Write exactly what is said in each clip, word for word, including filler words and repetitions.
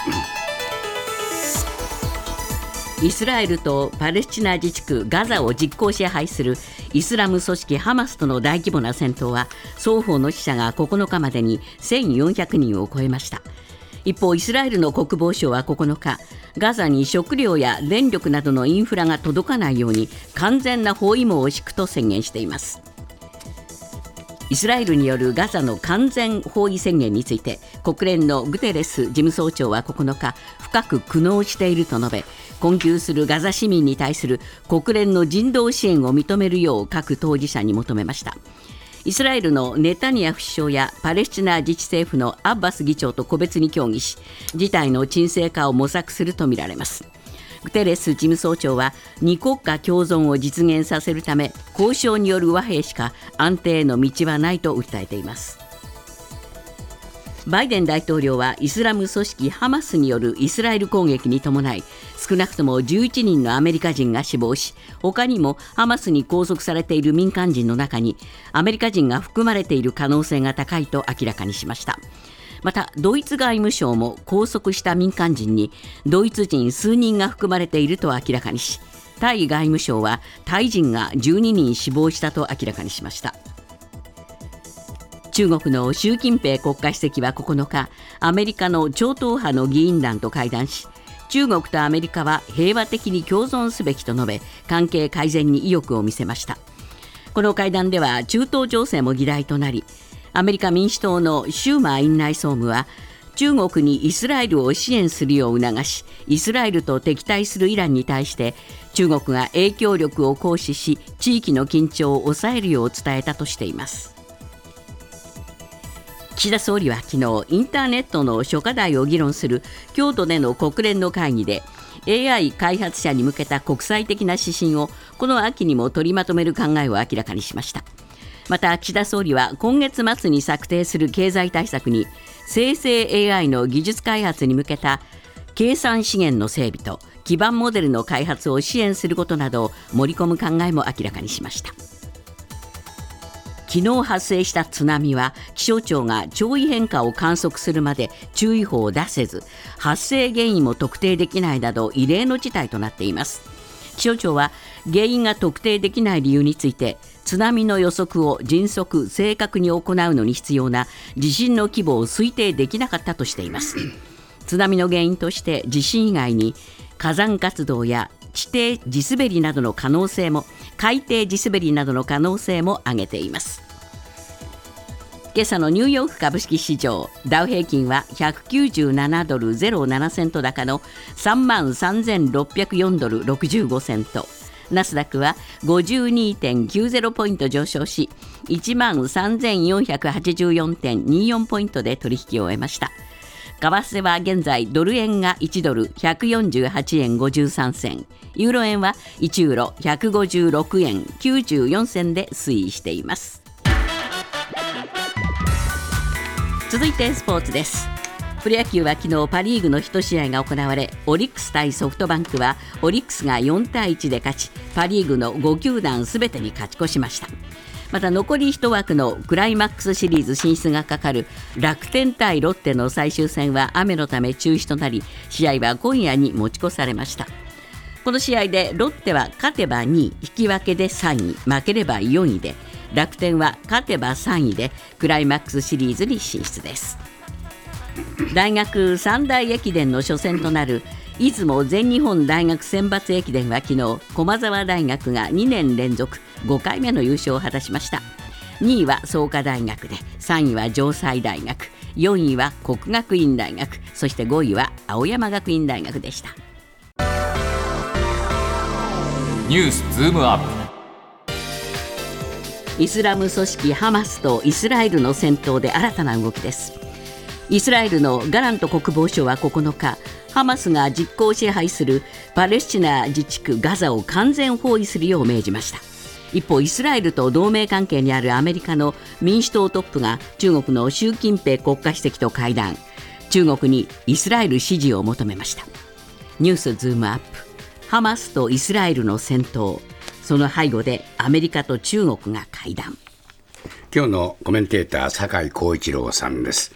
イスラエルとパレスチナ自治区ガザを実効支配するイスラム組織ハマスとの大規模な戦闘は双方の死者がここのかまでにせんよんひゃくにんを超えました。一方、イスラエルの国防省はここのか、ガザに食料や電力などのインフラが届かないように完全な包囲網を敷くと宣言しています。イスラエルによるガザの完全包囲宣言について国連のグテレス事務総長はここのか、深く苦悩していると述べ、困窮するガザ市民に対する国連の人道支援を認めるよう各当事者に求めました。イスラエルのネタニヤフ首相やパレスチナ自治政府のアッバス議長と個別に協議し、事態の沈静化を模索するとみられます。グテレス事務総長は二国家共存を実現させるため交渉による和平しか安定への道はないと訴えています。バイデン大統領はイスラム組織ハマスによるイスラエル攻撃に伴い少なくともじゅういちにんのアメリカ人が死亡し、他にもハマスに拘束されている民間人の中にアメリカ人が含まれている可能性が高いと明らかにしました。またドイツ外務省も拘束した民間人にドイツ人数人が含まれていると明らかにし、タイ外務省はタイ人がじゅうににん死亡したと明らかにしました。中国の習近平国家主席はここのか、アメリカの超党派の議員団と会談し、中国とアメリカは平和的に共存すべきと述べ、関係改善に意欲を見せました。この会談では中東情勢も議題となり、アメリカ民主党のシューマー院内総務は中国にイスラエルを支援するよう促し、イスラエルと敵対するイランに対して中国が影響力を行使し地域の緊張を抑えるよう伝えたとしています。岸田総理は昨日インターネットの諸課題を議論する京都での国連の会議で エーアイ 開発者に向けた国際的な指針をこの秋にも取りまとめる考えを明らかにしました。また岸田総理は今月末に策定する経済対策に生成 エーアイ の技術開発に向けた計算資源の整備と基盤モデルの開発を支援することなどを盛り込む考えも明らかにしました。昨日発生した津波は気象庁が潮位変化を観測するまで注意報を出せず、発生原因も特定できないなど異例の事態となっています。気象庁は原因が特定できない理由について、津波の予測を迅速正確に行うのに必要な地震の規模を推定できなかったとしています。津波の原因として地震以外に火山活動や地底地滑りなどの可能性も海底地滑りなどの可能性も挙げています。今朝のニューヨーク株式市場、ダウ平均はひゃくきゅうじゅうななドルゼロななセント高の さんまんさんぜんろっぴゃくよんドルろくじゅうごセント、ナスダックは ごじゅうにてんきゅうゼロ ポイント上昇し いちまんさんぜんよんひゃくはちじゅうよんてんにじゅうよん ポイントで取引を終えました。為替は現在ドル円がいちドルひゃくよんじゅうはちえんごじゅうさん銭、ユーロ円はいちユーロひゃくごじゅうろくえんきゅうじゅうよん銭で推移しています。続いてスポーツです。プロ野球は昨日パリーグの一試合が行われ、オリックス対ソフトバンクはオリックスがよんたいいちで勝ち、パリーグのご球団すべてに勝ち越しました。また残りいち枠のクライマックスシリーズ進出がかかる楽天対ロッテの最終戦は雨のため中止となり、試合は今夜に持ち越されました。この試合でロッテは勝てばにい、引き分けでさんい、負ければよんいで、楽天は勝てばさんいでクライマックスシリーズに進出です。大学三大駅伝の初戦となる出雲全日本大学選抜駅伝は昨日、駒澤大学がにねん連続ごかいめの優勝を果たしました。にいは創価大学で、さんいは城西大学、よんいは國學院大學、そしてごいは青山学院大学でした。 ニュースズームアップ。イスラム組織ハマスとイスラエルの戦闘で新たな動きです。イスラエルのガラント国防相はここのか、ハマスが実効支配するパレスチナ自治区ガザを完全包囲するよう命じました。一方、イスラエルと同盟関係にあるアメリカの民主党トップが中国の習近平国家主席と会談、中国にイスラエル支持を求めました。ニュースズームアップ。ハマスとイスラエルの戦闘、その背後でアメリカと中国が会談。 今日のコメンテーター酒井光一郎さんです。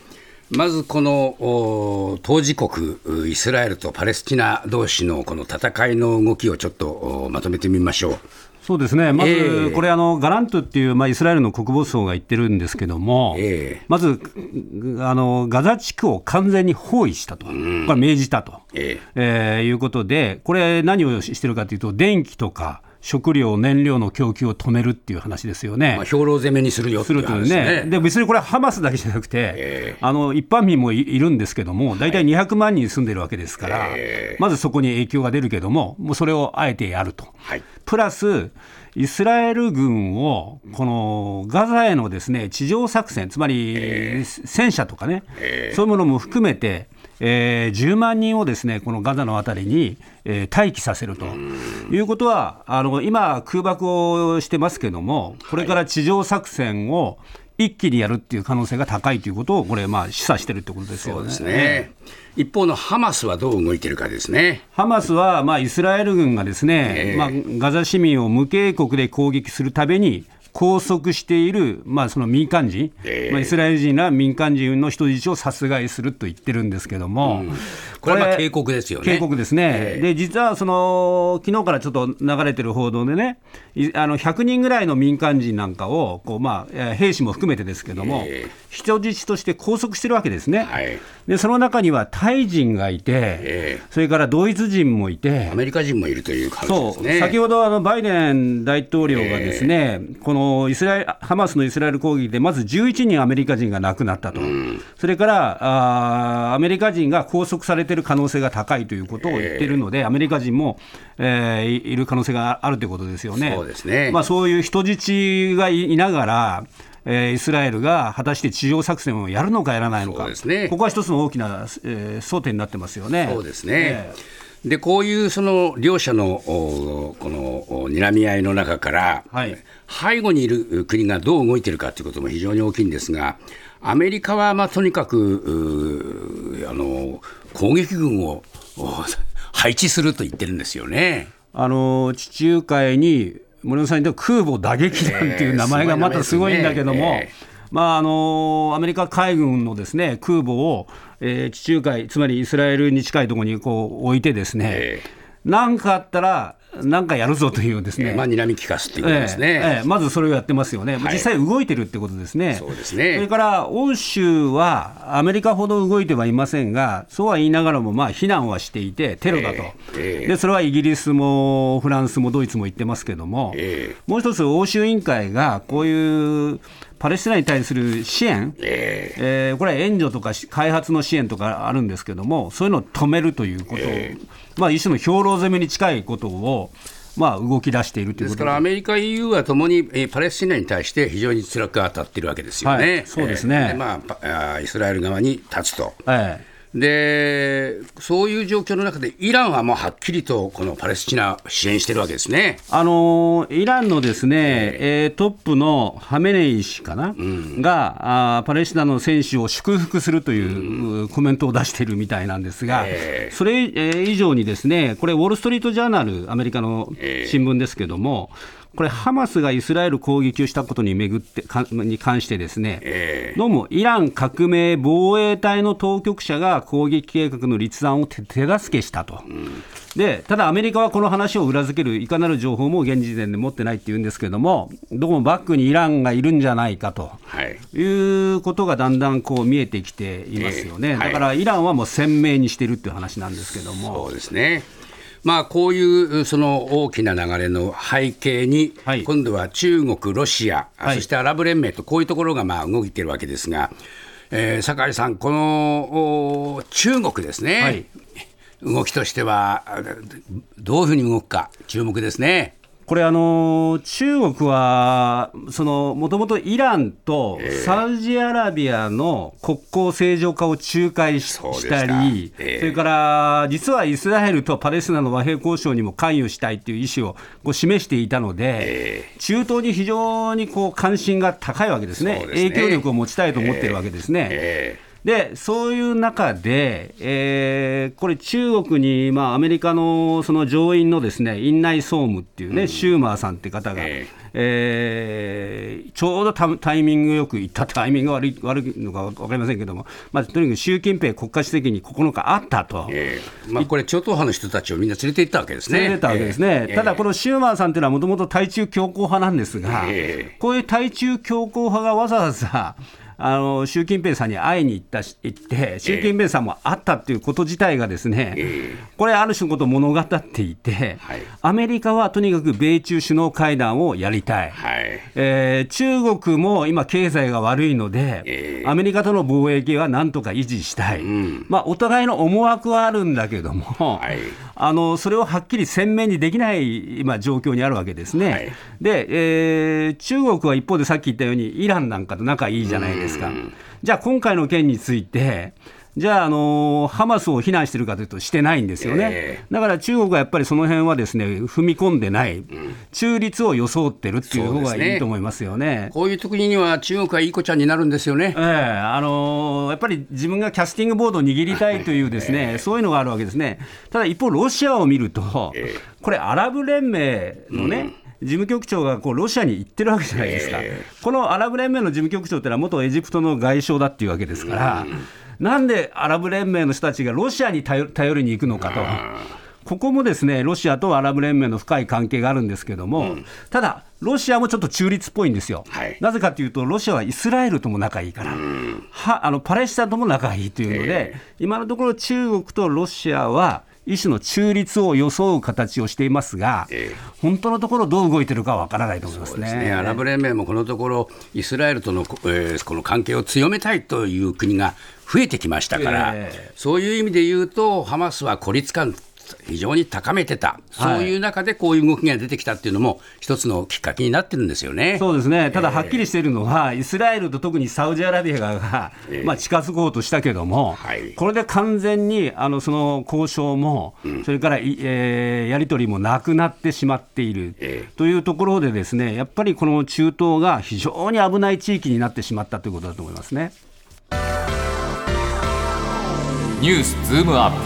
まずこの当事国イスラエルとパレスチナ同士のこの戦いの動きをちょっとまとめてみましょう。 そうですね、まず、 えー、 これあの、ガラントっていう、まあ、イスラエルの国防相が言ってるんですけども、えー、まずあのガザ地区を完全に包囲したと、うん、これ命じたと、えーえー、いうことで、これ、何をしてるかというと、電気とか食料、燃料の供給を止めるっていう話ですよね。 まあ、兵糧攻めにするよっていう話ですね。 で別にこれはハマスだけじゃなくて、えー、あの一般民も い, いるんですけども、大体にひゃくまんにん住んでるわけですから、えー、まずそこに影響が出るけども、もうそれをあえてやると、はい、プラスイスラエル軍をこのガザへのですね地上作戦、つまり戦車とかね、えー、そういうものも含めて、えー、じゅうまんにんをですねこのガザのあたりに、えー、待機させるということは、あの今空爆をしてますけども、これから地上作戦を一気にやるっていう可能性が高いということをこれまあ示唆してるってことですよね。 そうですね。一方のハマスはどう動いてるかですね。 ハマスはまあイスラエル軍がですね、えーまあ、ガザ市民を無警告で攻撃するために拘束している、まあ、その民間人、えーまあ、イスラエル人ら民間人の人質を殺害すると言ってるんですけども、うん、 これはまあ警告ですよね。 警告ですね、えー、で実はその昨日からちょっと流れてる報道でね、あのひゃくにんぐらいの民間人なんかをこう、まあ、兵士も含めてですけども、えー、人質として拘束してるわけですね、はい、でその中にはタイ人がいて、えー、それからドイツ人もいて、 アメリカ人もいるという感じですね。 そう、先ほどあのバイデン大統領がですね、えー、このイスラエルハマスのイスラエル攻撃でまずじゅういちにんアメリカ人が亡くなったと、うん、それからあアメリカ人が拘束されている可能性が高いということを言っているので、えー、アメリカ人も、えー、いる可能性があるということですよね。 そうですね。 まあ、そういう人質が い, いながら、えー、イスラエルが果たして地上作戦をやるのかやらないのか、ね、ここは一つの大きな、えー、争点になってますよね。 そうですね、えーでこういうその両者のこの睨み合いの中から、はい、背後にいる国がどう動いているかということも非常に大きいんですが、アメリカはまあとにかくあの攻撃軍を配置すると言ってるんですよね。 あの地中海に森本さん言った空母打撃弾っていう名前がまたすごいんだけども、えーまあ、あのアメリカ海軍のですね空母を、えー、地中海、つまりイスラエルに近いところにこう置いてですね、何、えー、かあったら何かやるぞというですね、 えーまあ、睨み利かすということですね、 えーえー、まずそれをやってますよね、はい、実際動いてるってことですね。 そうですね。 それから欧州はアメリカほど動いてはいませんが、そうは言いながらもまあ非難はしていてテロだと、えー、でそれはイギリスもフランスもドイツも言ってますけども、えー、もう一つ欧州委員会がこういうパレスチナに対する支援、えーえー、これは援助とか開発の支援とかあるんですけども、そういうのを止めるということを、えーまあ、一種の兵糧攻めに近いことを、まあ、動き出しているということです。 からアメリカ、イーユー はともにパレスチナに対して非常に辛く当たっているわけですよね、はい、 そうですね、 えーでまあ、イスラエル側に立つと、 えーでそういう状況の中でイランはもうはっきりとこのパレスチナを支援しているわけですね。 あのイランのですね、えー、トップのハメネイ氏かな、うん、があパレスチナの選手を祝福するという、うん、コメントを出しているみたいなんですが、えー、それ以上にですね、これウォール・ストリート・ジャーナル、アメリカの新聞ですけども、えーこれハマスがイスラエル攻撃をしたことに巡ってかに関してですね、えー、どうもイラン革命防衛隊の当局者が攻撃計画の立案を 手, 手助けしたと、うん、でただアメリカはこの話を裏付けるいかなる情報も現時点で持ってないって言うんですけども、どうもバックにイランがいるんじゃないかと、はい、いうことがだんだんこう見えてきていますよね、えーはい、だからイランはもう鮮明にしているっていう話なんですけども。 そうですね。まあ、こういうその大きな流れの背景に、はい、今度は中国、ロシア、はい、そしてアラブ連盟とこういうところがまあ動いているわけですが、えー、酒井さん、この中国ですね、はい、動きとしてはどういうふうに動くか注目ですね。 これあの中国はもともとイランとサウジアラビアの国交正常化を仲介 し, したり、えー、それから実はイスラエルとパレスチナの和平交渉にも関与したいという意思をこう示していたので、えー、中東に非常にこう関心が高いわけですね。影響力を持ちたいと思っているわけですね、えーえーでそういう中で、えー、これ中国に、まあ、アメリカのその上院のですね院内総務っていうね、うん、シューマーさんって方が、ええー、ちょうどタイミングよく行ったタイミングが悪い、悪いのか分かりませんけども、まあ、とにかく習近平国家主席にここのか会ったと、 えーまあ、これ超党派の人たちをみんな連れて行ったわけですね。 連れて行ったわけですね、えー、ただこのシューマーさんというのはもともと対中強硬派なんですが、えー、こういう対中強硬派がわざわざあの習近平さんに会いに行った行って習近平さんも会ったっていうこと自体がですね、えー、これある種のことを物語っていて、はい、アメリカはとにかく米中首脳会談をやりたい、はい、えー、中国も今経済が悪いので、えー、アメリカとの貿易はなんとか維持したい、うん、まあ、お互いの思惑はあるんだけども、はい、あのそれをはっきり鮮明にできない今状況にあるわけですね、はい、で、えー、中国は一方でさっき言ったようにイランなんかと仲いいじゃないですか。じゃあ今回の件についてじゃあ、あのハマスを非難しているかというとしてないんですよね、えー、だから中国はやっぱりその辺はですね踏み込んでない、うん、中立を装ってるっていう方がいいと思いますよね。 こういう時には中国はいい子ちゃんになるんですよね、 えーあのー、やっぱり自分がキャスティングボードを握りたいというですね、えー、そういうのがあるわけですね。ただ一方ロシアを見ると、えー、これアラブ連盟のね、うん、事務局長がこうロシアに行ってるわけじゃないですか、えー、このアラブ連盟の事務局長というのは元エジプトの外相だっていうわけですから、うん、なんでアラブ連盟の人たちがロシアに 頼, 頼りに行くのかと、うん、ここもですねロシアとアラブ連盟の深い関係があるんですけども、うん、ただロシアもちょっと中立っぽいんですよ、はい、なぜかというとロシアはイスラエルとも仲いいから、うん、はあのパレスチナとも仲いいというので、えー、今のところ中国とロシアは一種の中立を装う形をしていますが、えー、本当のところどう動いてるかわからないと思います ね, そうですね。 アラブ連盟もこのところイスラエルとの、えー、この関係を強めたいという国が増えてきましたから、えー、そういう意味で言うとハマスは孤立感非常に高めてた、そういう中でこういう動きが出てきたっていうのも一つのきっかけになってるんですよね。 そうですね。ただはっきりしているのは、えー、イスラエルと特にサウジアラビアが、えーまあ、近づこうとしたけども、はい、これで完全にあのその交渉も、うん、それから、えー、やり取りもなくなってしまっている、えー、というところでですね、やっぱりこの中東が非常に危ない地域になってしまったということだと思いますね。 ニュースズームアップ。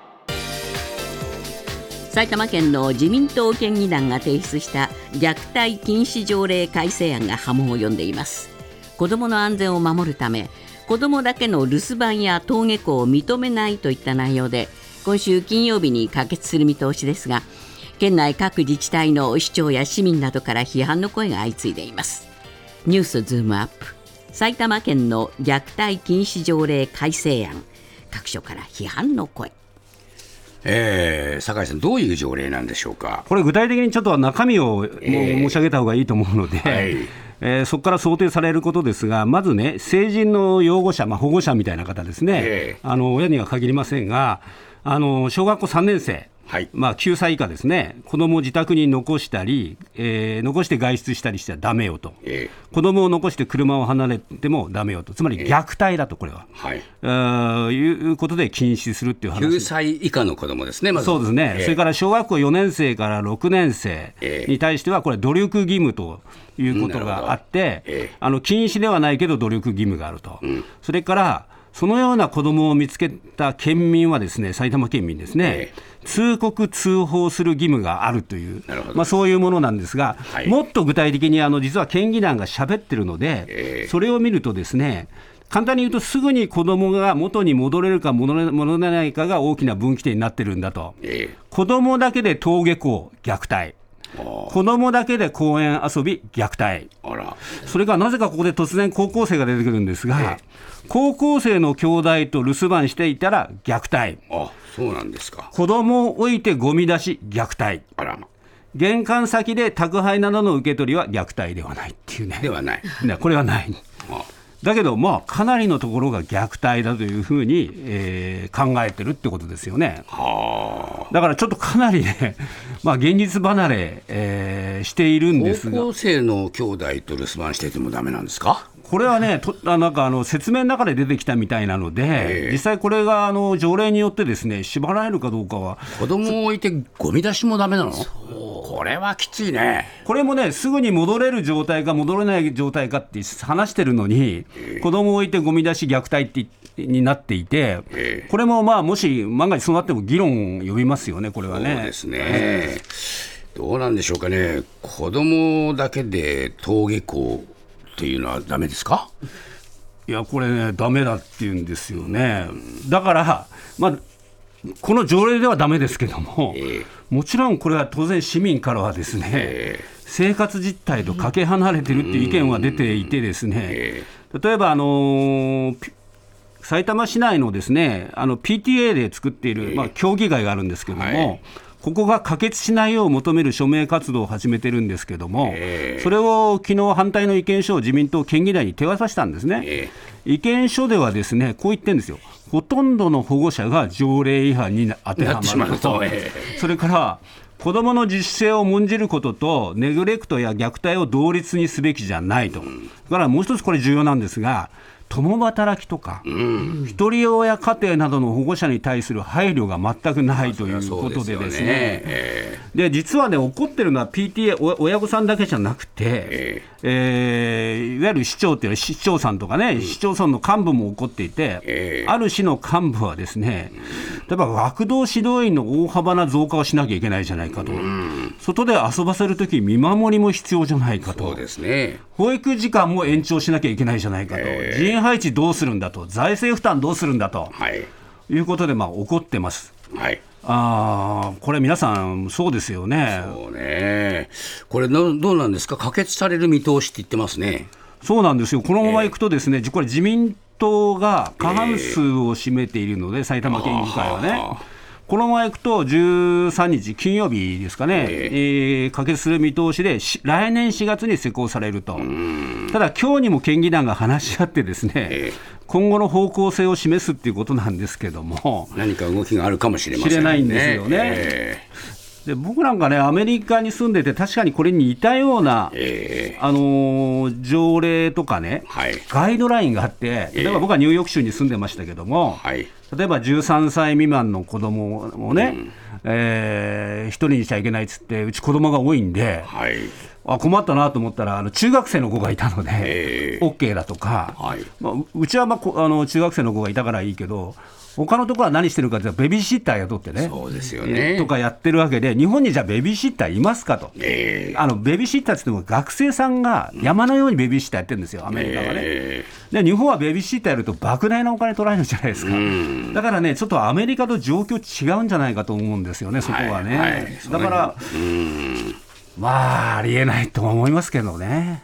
埼玉県の自民党県議団が提出した虐待禁止条例改正案が波紋を呼んでいます。子どもの安全を守るため子どもだけの留守番や登下校を認めないといった内容で今週金曜日に可決する見通しですが、県内各自治体の市長や市民などから批判の声が相次いでいます。ニュースズームアップ。埼玉県の虐待禁止条例改正案、各所から批判の声。 えー、酒井さん、どういう条例なんでしょうか。 これ具体的にちょっと中身を、えー、申し上げた方がいいと思うので、はいえー、そこから想定されることですが、まずね、成人の養護者、まあ、保護者みたいな方ですね、えー、あの親には限りませんが、あの小学校さんねん生、はいまあ、きゅうさい以下ですね、子どもを自宅に残したり、えー、残して外出したりしてはダメよと、えー、子どもを残して車を離れてもダメよと、つまり虐待だと、これは、えーはい、いうことで禁止するっていう話。 きゅうさい以下の子どもですね、まず。 そうですね、えー、それから小学校よねん生からろくねん生に対しては、これ、努力義務ということがあって、えー、あの禁止ではないけど努力義務があると、うん、それからそのような子どもを見つけた県民はですね、埼玉県民ですね、えー、通告通報する義務があるという、まあ、そういうものなんですが、はい、もっと具体的にあの実は県議団が喋ってるので、えー、それを見るとですね、簡単に言うとすぐに子どもが元に戻れるか戻れないかが大きな分岐点になってるんだと、えー、子どもだけで登下校虐待、子どもだけで公園遊び虐待、あら、それからなぜかここで突然高校生が出てくるんですが、ええ、高校生の兄弟と留守番していたら虐待。 あ、そうなんですか。 子どもを置いてゴミ出し虐待。あら、玄関先で宅配などの受け取りは虐待ではないっていうね。 ではない。 これはない。あだけど、まあ、かなりのところが虐待だというふうに、えー、考えてるってことですよね。はだからちょっとかなりね、まあ、現実離れ、えー、しているんですが。 高校生の兄弟と留守番しててもダメなんですか。 これはね、となんかあの説明の中で出てきたみたいなので、えー、実際これがあの条例によってですね、縛られるかどうかは。 子供を置いてゴミ出しもダメなの。これはきついね。 これもね、すぐに戻れる状態か戻れない状態かって話してるのに、えー、子供を置いてゴミ出し虐待ってになっていて、えー、これもまあもし万が一そうなっても議論を呼びますよね、これはね。 そうですね、えーどうなんでしょうかね、子供だけで登下校っていうのはダメですか？ いやこれねダメだって言うんですよね。だから、まあ、この条例ではダメですけども、えー、もちろんこれは当然市民からはですね、えー、生活実態とかけ離れてるっていう意見は出ていてですね、えー、例えばあのー、埼玉市内のですねあの ピーティーエー で作っている、まあ、協議会があるんですけども、はい、ここが可決しないよう求める署名活動を始めてるんですけども、えー、それを昨日反対の意見書を自民党県議団に手渡したんですね、えー、意見書ではですねこう言ってるんですよ。ほとんどの保護者が条例違反に当てはまると、えー、それから子どもの自主性を重んじることとネグレクトや虐待を同率にすべきじゃないと、うん、だからもう一つこれ重要なんですが、共働きとか、うん、一人親家庭などの保護者に対する配慮が全くないということでですね、えー、で実はね怒ってるのは ピーティーエー 親御さんだけじゃなくて、えーえー、いわゆる市長っていうのは市長さんとかね、うん、市町村の幹部も怒っていて、えー、ある市の幹部はですね、例えば学童指導員の大幅な増加をしなきゃいけないじゃないかと、うん、外で遊ばせるとき見守りも必要じゃないかと、そうですね、保育時間も延長しなきゃいけないじゃないかと、えー、人員配置どうするんだと、財政負担どうするんだと、はい、いうことでまあ怒ってます、はい、あこれ皆さんそうですよね。 そうね、これのどうなんですか、可決される見通しって言ってますね。 そうなんですよ、このままいくとですね、えー、これ自民党が過半数を占めているので、えー、埼玉県議会はね、このままいくとじゅうさんにち金曜日ですかね、えーえー、可決する見通しで来年しがつに施行されると。ただ今日にも県議団が話し合ってですね、えー、今後の方向性を示すっていうことなんですけども、 何か動きがあるかもしれませんね。 知れないんですよね、えー、で僕なんかねアメリカに住んでて確かにこれに似たような、えーあのー、条例とかね、はい、ガイドラインがあって、例えば僕はニューヨーク州に住んでましたけども、はい、例えばじゅうさんさい未満の子供をね、うんえー、一人にしちゃいけないっつって、うち子供が多いんで、はい、あ困ったなと思ったらあの中学生の子がいたので、えー、OK だとか、はいまあ、うちは、まあ、あの中学生の子がいたからいいけど、他のところは何してるかってベビーシッター雇ってね、 そうですよね、 とかやってるわけで、日本にじゃあベビーシッターいますかと、えー、あのベビーシッターって言っても学生さんが山のようにベビーシッターやってるんですよ、アメリカはね、えー、で日本はベビーシッターやると莫大なお金取られるじゃないですか、うん、だからねちょっとアメリカと状況違うんじゃないかと思うんですよね、そこはね、はいはい、だから、うん、まあありえないと思いますけどね。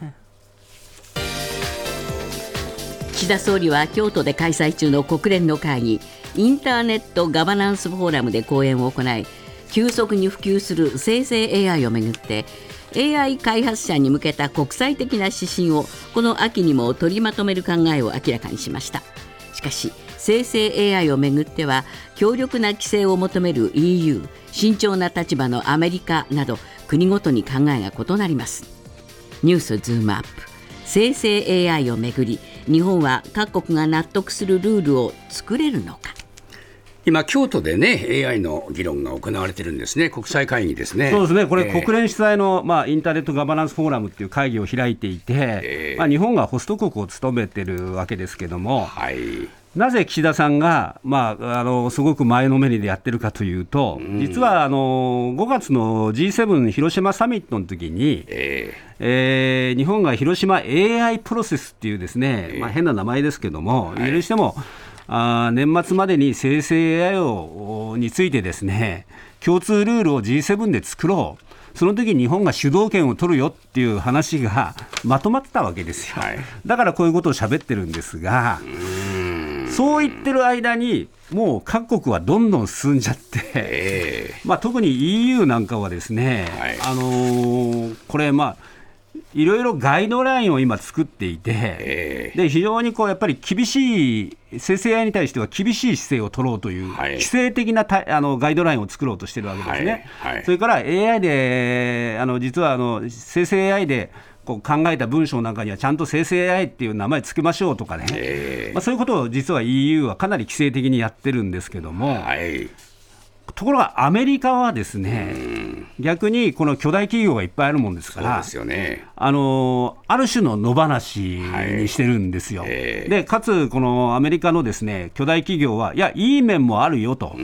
岸田総理は京都で開催中の国連の会議インターネットガバナンスフォーラムで講演を行い、急速に普及する生成 エーアイ をめぐって エーアイ 開発者に向けた国際的な指針をこの秋にも取りまとめる考えを明らかにしました。しかし生成 エーアイ をめぐっては強力な規制を求める イーユー、 慎重な立場のアメリカなど国ごとに考えが異なります。ニュースズームアップ、生成 エーアイ をめぐり日本は各国が納得するルールを作れるのか。 今京都でね エーアイ の議論が行われてるんですね、国際会議ですね。 そうですね、これ、えー、国連主催の、まあ、インターネットガバナンスフォーラムっていう会議を開いていて、えーまあ、日本がホスト国を務めてるわけですけども、はい、なぜ岸田さんが、まあ、あのすごく前のめりでやってるかというと、うん、実はあのごがつの ジーセブン 広島サミットの時に、えーえー、日本が広島 エーアイ プロセスっていうですね、えーまあ、変な名前ですけども、はい、いずれにしてもあ年末までに生成 エーアイ をについてですね共通ルールを ジーセブン で作ろう、その時日本が主導権を取るよっていう話がまとまってたわけですよ、はい、だからこういうことを喋ってるんですが、うーんそう言ってる間にもう各国はどんどん進んじゃって、えーまあ、特に イーユー なんかはですね、はいあのー、これまあいろいろガイドラインを今作っていて、えー、で非常にこうやっぱり厳しい生成 エーアイ に対しては厳しい姿勢を取ろうという、はい、規制的なたあのガイドラインを作ろうとしているわけですね、はいはい、それから エーアイ であの実はあの生成 エーアイ でこう考えた文章なんかにはちゃんと生成 エーアイ っていう名前つけましょうとかね、えーまあ、そういうことを実は イーユー はかなり規制的にやってるんですけども、はいところがアメリカはですね、逆にこの巨大企業がいっぱいあるもんですから、そうですよね、あのある種の野放しにしてるんですよ、はいえー、でかつこのアメリカのですね巨大企業はいやいい面もあるよと、うん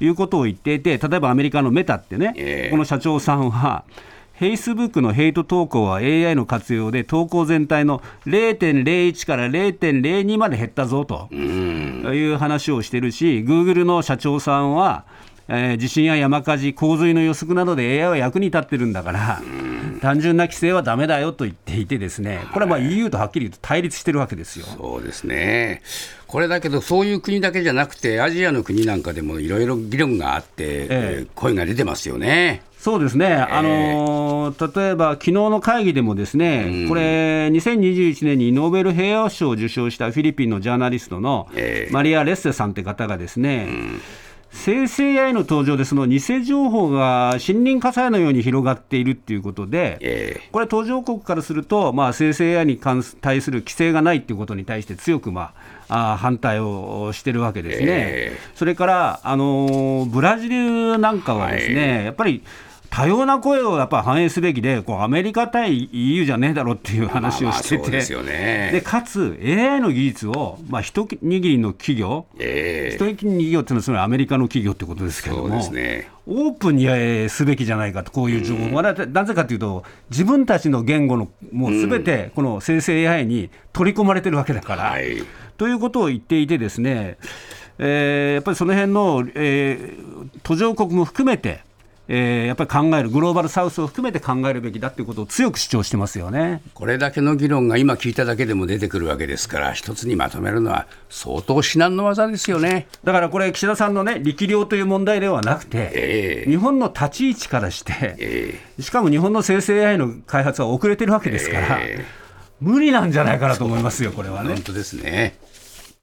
いうことを言っていて、例えばアメリカのメタってね、えー、この社長さんはフェイスブックのヘイト投稿は エーアイ の活用で投稿全体の ゼロてんゼロいち から ゼロてんゼロに まで減ったぞという話をしてるし、グーグルの社長さんは、えー、地震や山火事、洪水の予測などで エーアイ は役に立ってるんだから単純な規制はダメだよと言っていてですね、これはまあ イーユー とはっきり言うと対立してるわけですよ。 そうですね。これだけどそういう国だけじゃなくてアジアの国なんかでもいろいろ議論があって、ええ、声が出てますよね。 そうですね、えーあのー、例えば昨日の会議でもですね、うん、これにせんにじゅういちねんにノーベル平和賞を受賞したフィリピンのジャーナリストのマリア・レッセさんって方がですね、うん生成 エーアイ の登場でその偽情報が森林火災のように広がっているっていうことで、えー、これ途上国からすると、まあ、生成 エーアイ に対する規制がないっていうことに対して強く、まあ、あ反対をしてるわけですね、えー、それから、あのー、ブラジルなんかはですね、はい、やっぱり多様な声をやっぱり反映すべきで、こうアメリカ対 イーユー じゃねえだろっていう話をしてて、でかつ エーアイ の技術を、まあ、一握りの企業、えー、一握りの企業っていうのはそれはアメリカの企業ってことですけども、そうですね、オープンにすべきじゃないかと、こういう情報は、うん、なぜかというと自分たちの言語のもうすべてこの生成 エーアイ に取り込まれてるわけだから、はい、ということを言っていてですね、えー、やっぱりその辺の、えー、途上国も含めてえー、やっぱり考える、グローバルサウスを含めて考えるべきだということを強く主張してますよね。 これだけの議論が今聞いただけでも出てくるわけですから、一つにまとめるのは相当至難の業ですよね。 だからこれ岸田さんのね力量という問題ではなくて、えー、日本の立ち位置からして、えー、しかも日本の生成 エーアイ の開発は遅れてるわけですから、えー、無理なんじゃないかなと思いますよ、これはね。 本当ですね。